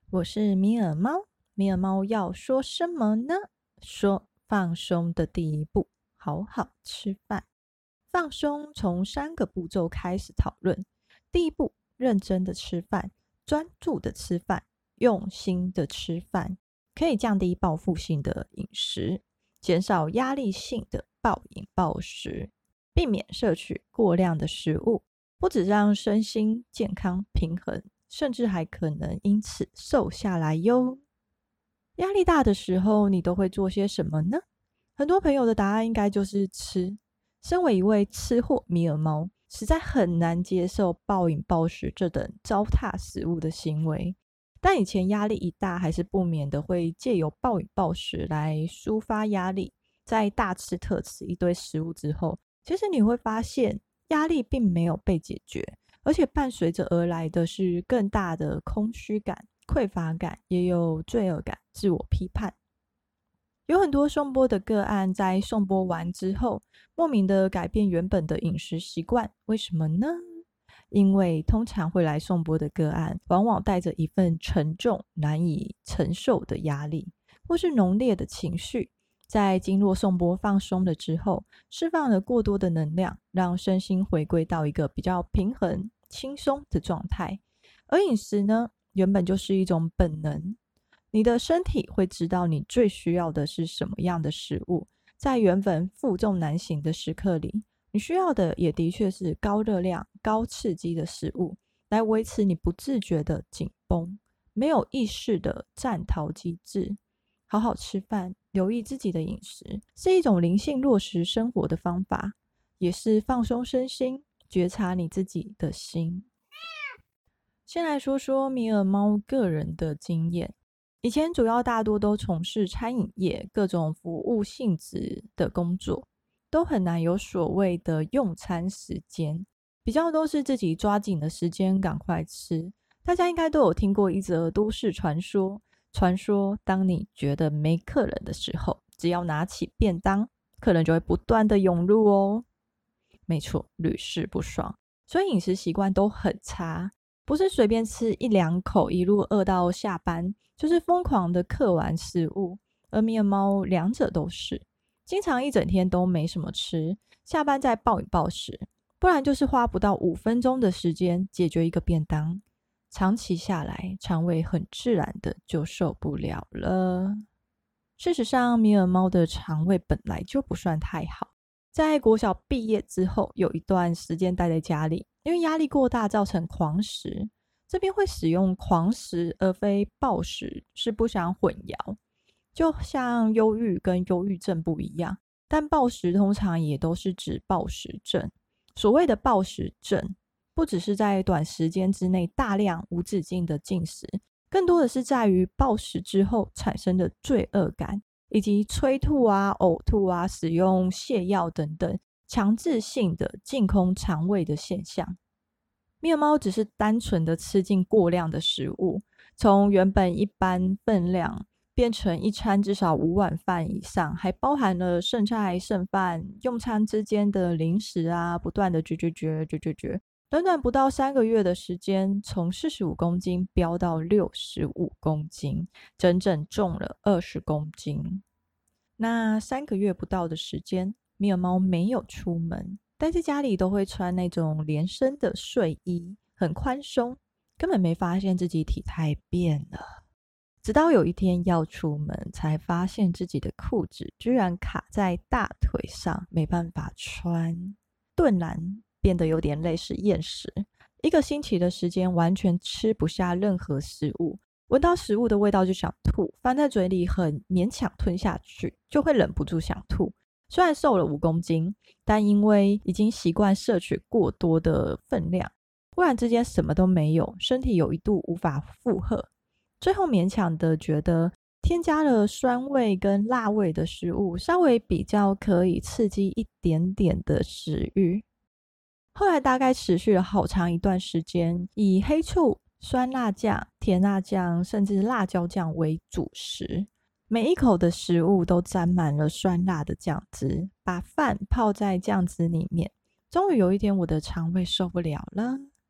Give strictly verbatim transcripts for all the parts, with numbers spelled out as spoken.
我是米尔猫。米尔猫要说什么呢？说放松的第一步，好好吃饭。放松从三个步骤开始讨论。第一步，认真的吃饭，专注的吃饭，用心的吃饭，可以降低报复性的饮食，减少压力性的暴饮暴食，避免摄取过量的食物，不只让身心健康平衡，甚至还可能因此瘦下来哟。压力大的时候，你都会做些什么呢？很多朋友的答案应该就是吃。身为一位吃货米尔猫，实在很难接受暴饮暴食这等糟蹋食物的行为。但以前压力一大，还是不免的会借由暴饮暴食来抒发压力。在大吃特吃一堆食物之后，其实你会发现压力并没有被解决，而且伴随着而来的是更大的空虚感、匮乏感，也有罪恶感、自我批判。有很多颂钵的个案在颂钵完之后，莫名的改变原本的饮食习惯，为什么呢？因为通常会来颂钵的个案，往往带着一份沉重、难以承受的压力，或是浓烈的情绪，在经络颂钵放松了之后，释放了过多的能量，让身心回归到一个比较平衡、轻松的状态。而饮食呢，原本就是一种本能，你的身体会知道你最需要的是什么样的食物，在原本负重难行的时刻里，你需要的也的确是高热量、高刺激的食物，来维持你不自觉的紧绷、没有意识的战逃机制。好好吃饭，留意自己的饮食，是一种灵性落实生活的方法，也是放松身心、觉察你自己的心。先来说说米尔猫个人的经验。以前主要大多都从事餐饮业，各种服务性质的工作，都很难有所谓的用餐时间，比较都是自己抓紧的时间赶快吃。大家应该都有听过一则都市传说，传说当你觉得没客人的时候，只要拿起便当，客人就会不断的涌入哦。没错，屡试不爽，所以饮食习惯都很差，不是随便吃一两口一路饿到下班，就是疯狂的嗑完食物。而米尔猫两者都是，经常一整天都没什么吃，下班再暴饮暴食，不然就是花不到五分钟的时间解决一个便当。长期下来，肠胃很自然的就受不了了。事实上，米尔猫的肠胃本来就不算太好。在国小毕业之后，有一段时间待在家里，因为压力过大造成狂食。这边会使用狂食而非暴食，是不想混淆。就像忧郁跟忧郁症不一样，但暴食通常也都是指暴食症。所谓的暴食症，不只是在短时间之内大量无止境的进食，更多的是在于暴食之后产生的罪恶感，以及催吐啊、呕吐啊、使用泻药等等强制性的净空肠胃的现象。米尔猫只是单纯的吃进过量的食物，从原本一般分量变成一餐至少五碗饭以上，还包含了剩菜剩饭、用餐之间的零食啊，不断的咀嚼嚼嚼嚼嚼。短短不到三个月的时间，从四十五公斤飙到六十五公斤，整整重了二十公斤。那三个月不到的时间，米尔猫没有出门，待在家里都会穿那种连身的睡衣，很宽松，根本没发现自己体态变了。直到有一天要出门，才发现自己的裤子居然卡在大腿上，没办法穿，顿然变得有点类似厌食。一个星期的时间，完全吃不下任何食物，闻到食物的味道就想吐，放在嘴里很勉强吞下去，就会忍不住想吐。虽然瘦了五公斤，但因为已经习惯摄取过多的分量，忽然之间什么都没有，身体有一度无法负荷，最后勉强的觉得添加了酸味跟辣味的食物，稍微比较可以刺激一点点的食欲。后来大概持续了好长一段时间，以黑醋、酸辣酱、甜辣酱甚至辣椒酱为主食，每一口的食物都沾满了酸辣的酱汁，把饭泡在酱汁里面。终于有一天，我的肠胃受不了了，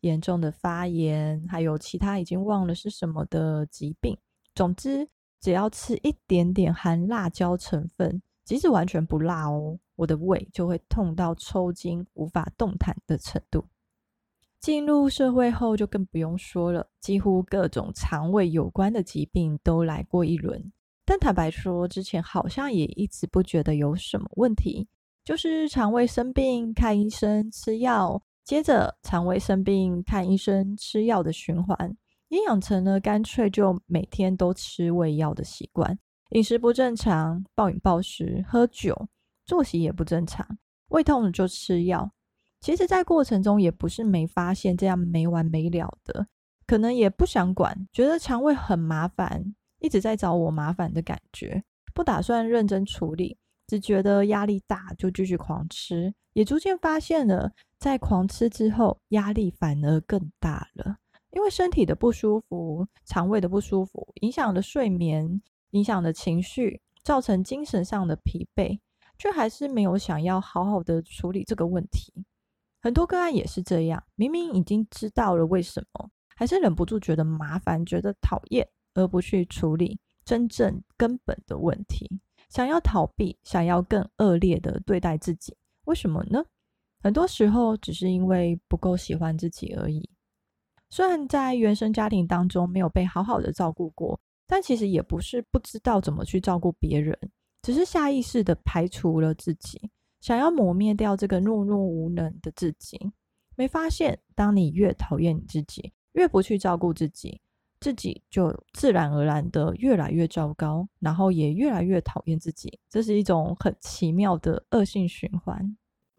严重的发炎，还有其他已经忘了是什么的疾病。总之，只要吃一点点含辣椒成分，即使完全不辣哦，我的胃就会痛到抽筋，无法动弹的程度。进入社会后就更不用说了，几乎各种肠胃有关的疾病都来过一轮。但坦白说，之前好像也一直不觉得有什么问题，就是肠胃生病看医生吃药，接着肠胃生病看医生吃药的循环，也养成了干脆就每天都吃胃药的习惯。饮食不正常，暴饮暴食，喝酒，作息也不正常，胃痛了就吃药。其实在过程中也不是没发现这样没完没了的，可能也不想管，觉得肠胃很麻烦，一直在找我麻烦的感觉，不打算认真处理，只觉得压力大就继续狂吃，也逐渐发现了在狂吃之后压力反而更大了，因为身体的不舒服，肠胃的不舒服影响了睡眠，影响了情绪，造成精神上的疲惫，却还是没有想要好好的处理这个问题。很多个案也是这样，明明已经知道了为什么，还是忍不住觉得麻烦，觉得讨厌，而不去处理真正根本的问题，想要逃避，想要更恶劣的对待自己。为什么呢？很多时候只是因为不够喜欢自己而已。虽然在原生家庭当中没有被好好的照顾过，但其实也不是不知道怎么去照顾别人，只是下意识的排除了自己，想要抹灭掉这个懦弱无能的自己。没发现，当你越讨厌你自己，越不去照顾自己，自己就自然而然的越来越糟糕，然后也越来越讨厌自己。这是一种很奇妙的恶性循环。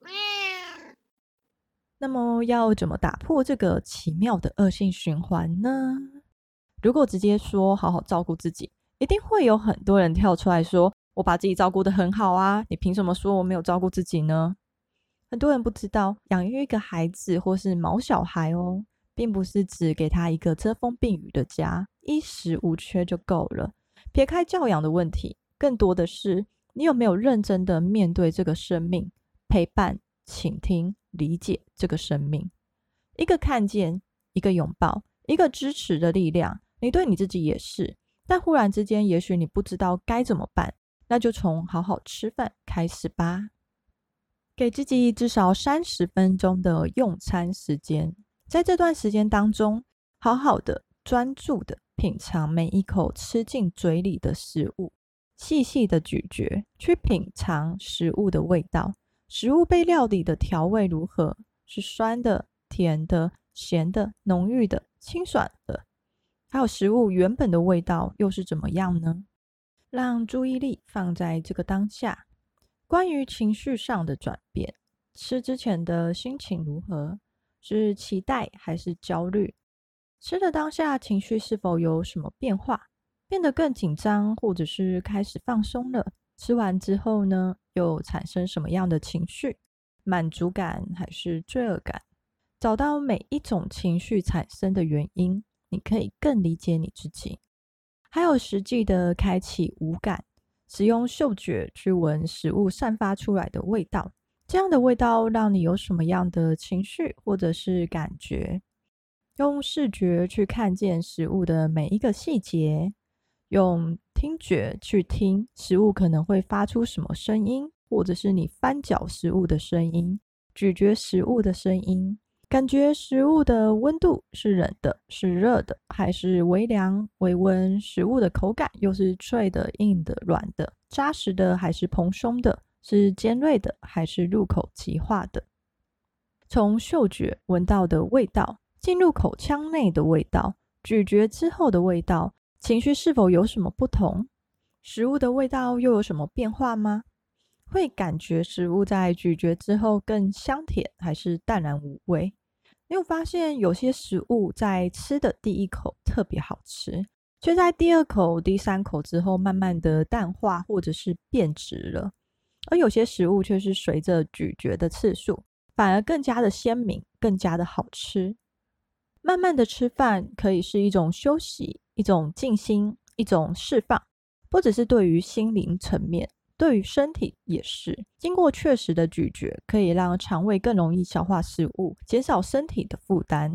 那么要怎么打破这个奇妙的恶性循环呢？如果直接说好好照顾自己，一定会有很多人跳出来说，我把自己照顾得很好啊，你凭什么说我没有照顾自己呢？很多人不知道，养育一个孩子或是毛小孩哦，并不是只给他一个遮风避雨的家，衣食无缺就够了。撇开教养的问题，更多的是你有没有认真的面对这个生命，陪伴、倾听、理解这个生命。一个看见，一个拥抱，一个支持的力量，你对你自己也是。但忽然之间，也许你不知道该怎么办，那就从好好吃饭开始吧。给自己至少三十分钟的用餐时间，在这段时间当中，好好的专注的品尝每一口吃进嘴里的食物，细细的咀嚼，去品尝食物的味道。食物被料理的调味如何？是酸的、甜的、咸的、浓郁的、清爽的？还有食物原本的味道又是怎么样呢？让注意力放在这个当下。关于情绪上的转变，吃之前的心情如何？是期待还是焦虑？吃的当下情绪是否有什么变化？变得更紧张，或者是开始放松了？吃完之后呢，又产生什么样的情绪？满足感还是罪恶感？找到每一种情绪产生的原因，你可以更理解你自己。还有实际的开启五感，使用嗅觉去闻食物散发出来的味道，这样的味道让你有什么样的情绪或者是感觉？用视觉去看见食物的每一个细节，用听觉去听食物可能会发出什么声音，或者是你翻搅食物的声音，咀嚼食物的声音，感觉食物的温度是冷的，是热的，还是微凉、微温？食物的口感又是脆的、硬的、软的，扎实的还是蓬松的？是尖锐的还是入口即化的？从嗅觉闻到的味道，进入口腔内的味道，咀嚼之后的味道，情绪是否有什么不同？食物的味道又有什么变化吗？会感觉食物在咀嚼之后更香甜，还是淡然无味？你有发现有些食物在吃的第一口特别好吃，却在第二口、第三口之后慢慢的淡化或者是变质了，而有些食物却是随着咀嚼的次数反而更加的鲜明，更加的好吃。慢慢的吃饭可以是一种休息，一种静心，一种释放，不只是对于心灵层面，对于身体也是。经过确实的咀嚼，可以让肠胃更容易消化食物，减少身体的负担。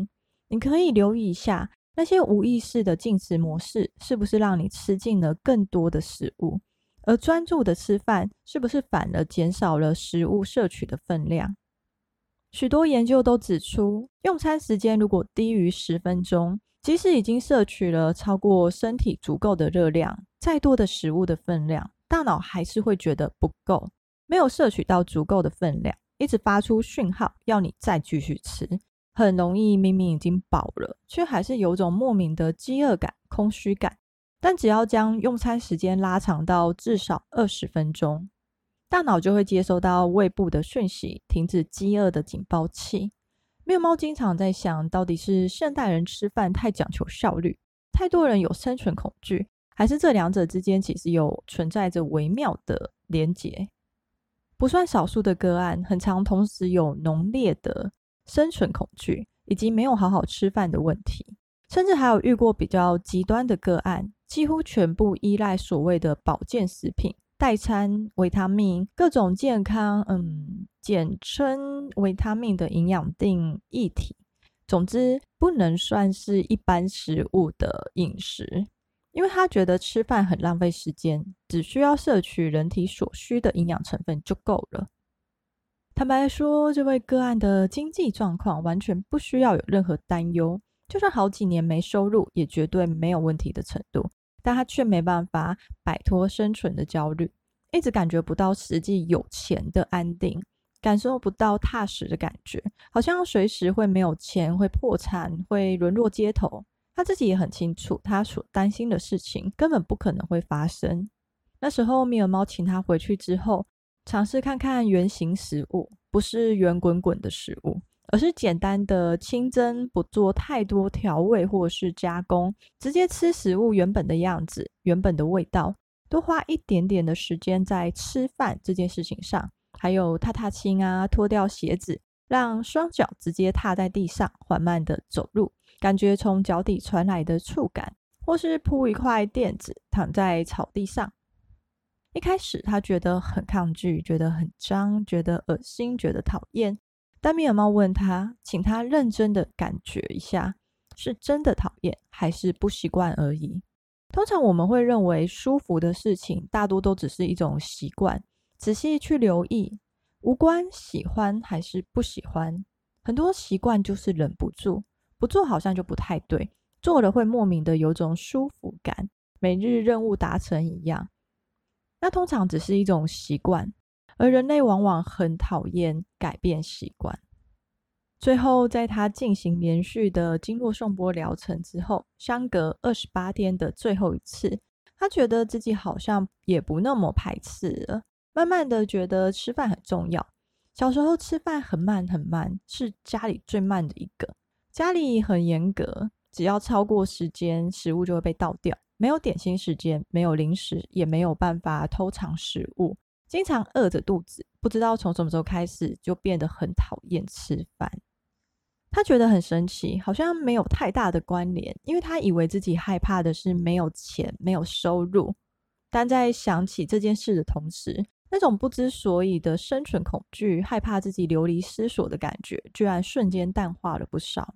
你可以留意一下那些无意识的进食模式是不是让你吃进了更多的食物，而专注的吃饭是不是反而减少了食物摄取的分量。许多研究都指出，用餐时间如果低于十分钟，即使已经摄取了超过身体足够的热量，再多的食物的分量，大脑还是会觉得不够，没有摄取到足够的分量，一直发出讯号要你再继续吃，很容易明明已经饱了，却还是有种莫名的饥饿感、空虚感。但只要将用餐时间拉长到至少二十分钟，大脑就会接收到胃部的讯息，停止饥饿的警报器。没有猫经常在想，到底是现代人吃饭太讲求效率，太多人有生存恐惧，还是这两者之间其实有存在着微妙的连结。不算少数的个案，很常同时有浓烈的生存恐惧，以及没有好好吃饭的问题。甚至还有遇过比较极端的个案，几乎全部依赖所谓的保健食品、代餐、维他命、各种健康，嗯，简称维他命的营养定液体。总之，不能算是一般食物的饮食，因为他觉得吃饭很浪费时间，只需要摄取人体所需的营养成分就够了。坦白说，这位个案的经济状况完全不需要有任何担忧，就算好几年没收入，也绝对没有问题的程度。但他却没办法摆脱生存的焦虑，一直感觉不到实际有钱的安定，感受不到踏实的感觉，好像随时会没有钱，会破产，会沦落街头。他自己也很清楚，他所担心的事情根本不可能会发生。那时候米尔猫请他回去之后，尝试看看原型食物，不是圆滚滚的食物，而是简单的清蒸，不做太多调味或是加工，直接吃食物原本的样子，原本的味道，多花一点点的时间在吃饭这件事情上，还有踏踏青啊，脱掉鞋子，让双脚直接踏在地上，缓慢的走路，感觉从脚底传来的触感，或是铺一块垫子躺在草地上。一开始他觉得很抗拒，觉得很脏，觉得恶心，觉得讨厌。但米尔猫问他，请他认真的感觉一下，是真的讨厌还是不习惯而已。通常我们会认为舒服的事情大多都只是一种习惯，仔细去留意，无关喜欢还是不喜欢。很多习惯就是忍不住，不做好像就不太对，做了会莫名的有种舒服感，每日任务达成一样。那通常只是一种习惯，而人类往往很讨厌改变习惯。最后在他进行连续的经络颂钵疗程之后，相隔二十八天的最后一次，他觉得自己好像也不那么排斥了，慢慢的觉得吃饭很重要。小时候吃饭很慢很慢，是家里最慢的一个，家里很严格，只要超过时间，食物就会被倒掉，没有点心时间，没有零食，也没有办法偷藏食物，经常饿着肚子，不知道从什么时候开始就变得很讨厌吃饭。他觉得很神奇，好像没有太大的关联，因为他以为自己害怕的是没有钱，没有收入。但在想起这件事的同时，那种不知所以的生存恐惧，害怕自己流离失所的感觉，居然瞬间淡化了不少。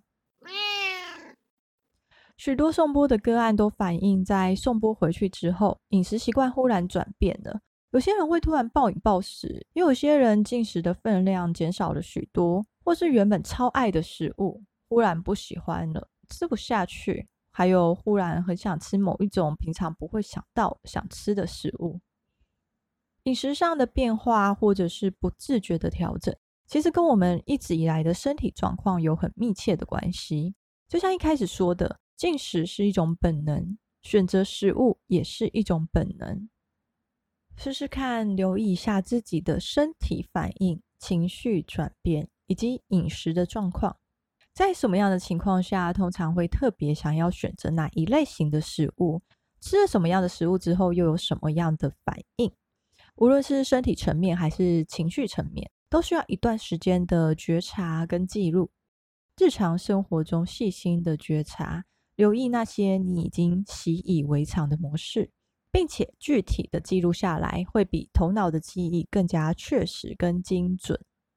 许多颂钵的个案都反映在颂钵回去之后，饮食习惯忽然转变了。有些人会突然暴饮暴食，也有些人进食的分量减少了许多，或是原本超爱的食物忽然不喜欢了，吃不下去，还有忽然很想吃某一种平常不会想到想吃的食物。饮食上的变化或者是不自觉的调整，其实跟我们一直以来的身体状况有很密切的关系。就像一开始说的，进食是一种本能，选择食物也是一种本能。试试看留意一下自己的身体反应、情绪转变以及饮食的状况，在什么样的情况下通常会特别想要选择哪一类型的食物，吃了什么样的食物之后又有什么样的反应。无论是身体层面还是情绪层面，都需要一段时间的觉察跟记录。日常生活中细心的觉察，留意那些你已经习以为常的模式，并且具体的记录下来，会比头脑的记忆更加确实跟精准。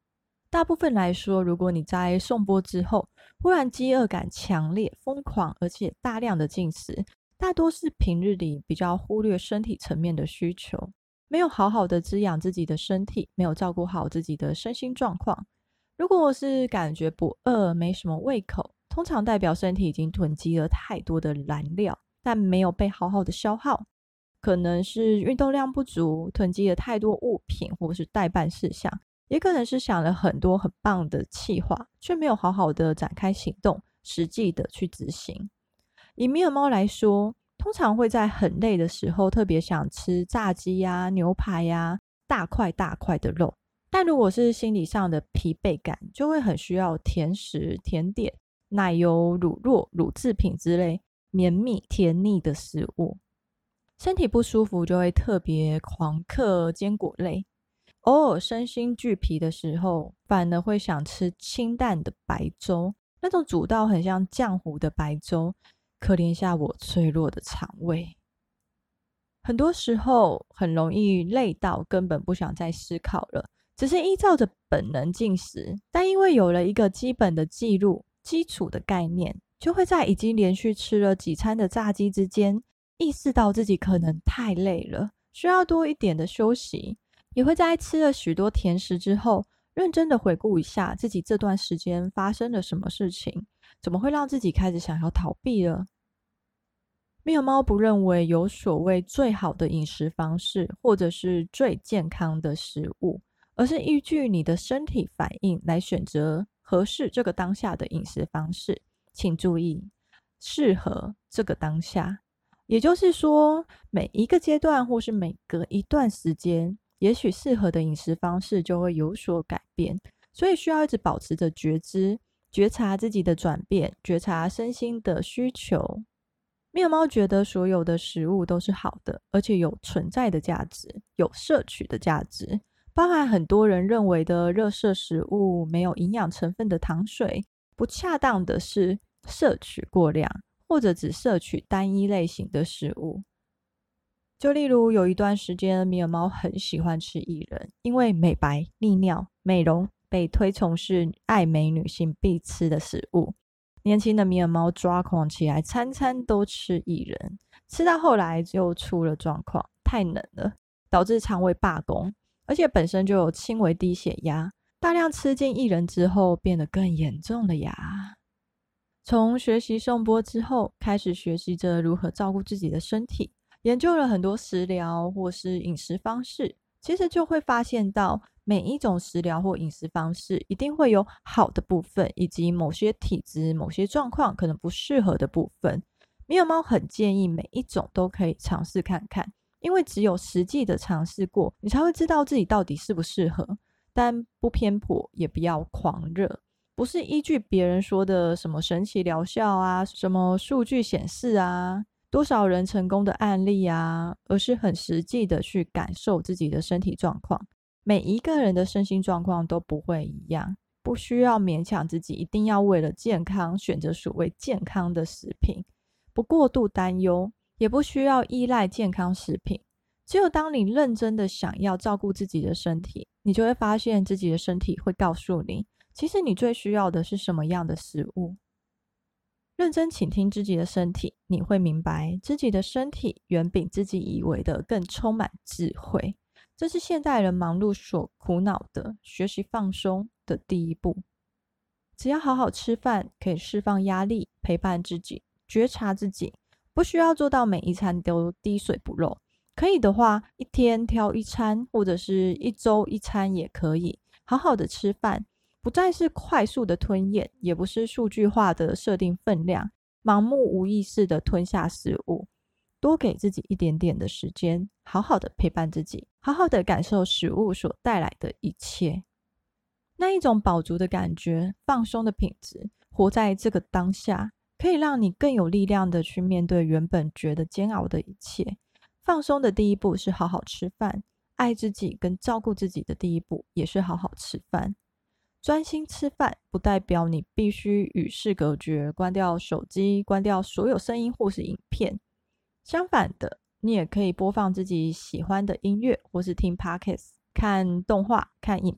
大部分来说，如果你在颂钵之后忽然饥饿感强烈、疯狂，而且大量的进食，大多是平日里比较忽略身体层面的需求，没有好好的滋养自己的身体，没有照顾好自己的身心状况。如果是感觉不饿，没什么胃口，通常代表身体已经囤积了太多的燃料，但没有被好好的消耗。可能是运动量不足，囤积了太多物品，或是代办事项，也可能是想了很多很棒的企划，却没有好好的展开行动，实际的去执行。以米尔猫来说，通常会在很累的时候特别想吃炸鸡呀、牛排呀，大块大块的肉。但如果是心理上的疲惫感，就会很需要甜食、甜点、奶油、乳酪、乳制品之类绵密甜腻的食物。身体不舒服就会特别狂嗑坚果类，偶尔身心俱疲的时候，反而会想吃清淡的白粥，那种煮到很像浆糊的白粥，可怜下我脆弱的肠胃。很多时候很容易累到根本不想再思考了，只是依照着本能进食，但因为有了一个基本的记录、基础的概念，就会在已经连续吃了几餐的炸鸡之间，意识到自己可能太累了，需要多一点的休息。也会在吃了许多甜食之后，认真的回顾一下自己这段时间发生了什么事情，怎么会让自己开始想要逃避了。米尔猫不认为有所谓最好的饮食方式，或者是最健康的食物，而是依据你的身体反应来选择合适这个当下的饮食方式。请注意，适合这个当下。也就是说，每一个阶段或是每隔一段时间，也许适合的饮食方式就会有所改变，所以需要一直保持着觉知，觉察自己的转变，觉察身心的需求。米尔猫觉得所有的食物都是好的，而且有存在的价值，有摄取的价值，包含很多人认为的垃圾食物、没有营养成分的糖水，不恰当的是摄取过量，或者只摄取单一类型的食物。就例如有一段时间，米尔猫很喜欢吃薏仁，因为美白、利尿、美容被推崇是爱美女性必吃的食物。年轻的米尔猫抓狂起来，餐餐都吃薏仁，吃到后来就出了状况，太冷了，导致肠胃罢工，而且本身就有轻微低血压，大量吃进薏仁之后变得更严重了呀。从学习颂钵之后，开始学习着如何照顾自己的身体，研究了很多食疗或是饮食方式，其实就会发现到每一种食疗或饮食方式一定会有好的部分，以及某些体质、某些状况可能不适合的部分。米尔猫很建议每一种都可以尝试看看，因为只有实际的尝试过，你才会知道自己到底适不适合，但不偏颇，也不要狂热。不是依据别人说的什么神奇疗效啊，什么数据显示啊，多少人成功的案例啊，而是很实际的去感受自己的身体状况。每一个人的身心状况都不会一样，不需要勉强自己一定要为了健康选择所谓健康的食品，不过度担忧，也不需要依赖健康食品。只有当你认真的想要照顾自己的身体，你就会发现自己的身体会告诉你，其实你最需要的是什么样的食物。认真倾听自己的身体，你会明白自己的身体远比自己以为的更充满智慧。这是现代人忙碌所苦恼的，学习放松的第一步。只要好好吃饭，可以释放压力，陪伴自己，觉察自己，不需要做到每一餐都滴水不漏。可以的话，一天挑一餐，或者是一周一餐也可以。好好的吃饭，不再是快速的吞咽，也不是数据化的设定分量，盲目无意识的吞下食物。多给自己一点点的时间，好好的陪伴自己，好好的感受食物所带来的一切。那一种饱足的感觉，放松的品质，活在这个当下，可以让你更有力量的去面对原本觉得煎熬的一切。放松的第一步是好好吃饭，爱自己跟照顾自己的第一步也是好好吃饭。专心吃饭不代表你必须与世隔绝，关掉手机，关掉所有声音或是影片。相反的，你也可以播放自己喜欢的音乐，或是听 podcast， 看动画、看影片，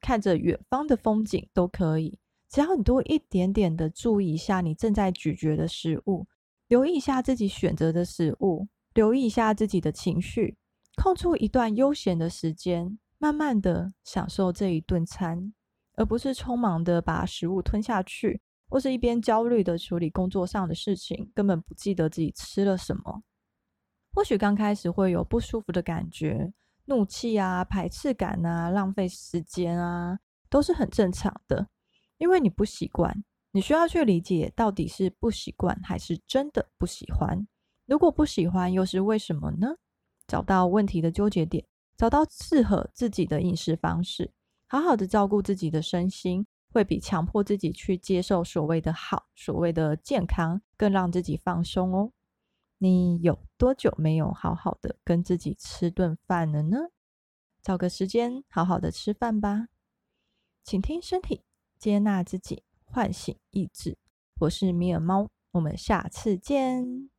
看着远方的风景都可以，只要你多一点点的注意一下你正在咀嚼的食物，留意一下自己选择的食物，留意一下自己的情绪，空出一段悠闲的时间，慢慢的享受这一顿餐，而不是匆忙的把食物吞下去，或是一边焦虑的处理工作上的事情，根本不记得自己吃了什么。或许刚开始会有不舒服的感觉，怒气啊、排斥感啊、浪费时间啊，都是很正常的，因为你不习惯，你需要去理解到底是不习惯还是真的不喜欢。如果不喜欢又是为什么呢？找到问题的纠结点，找到适合自己的饮食方式，好好的照顾自己的身心，会比强迫自己去接受所谓的好、所谓的健康，更让自己放松哦。你有多久没有好好的跟自己吃顿饭了呢？找个时间好好的吃饭吧。倾听身体，接纳自己，唤醒意志。我是米尔猫，我们下次见。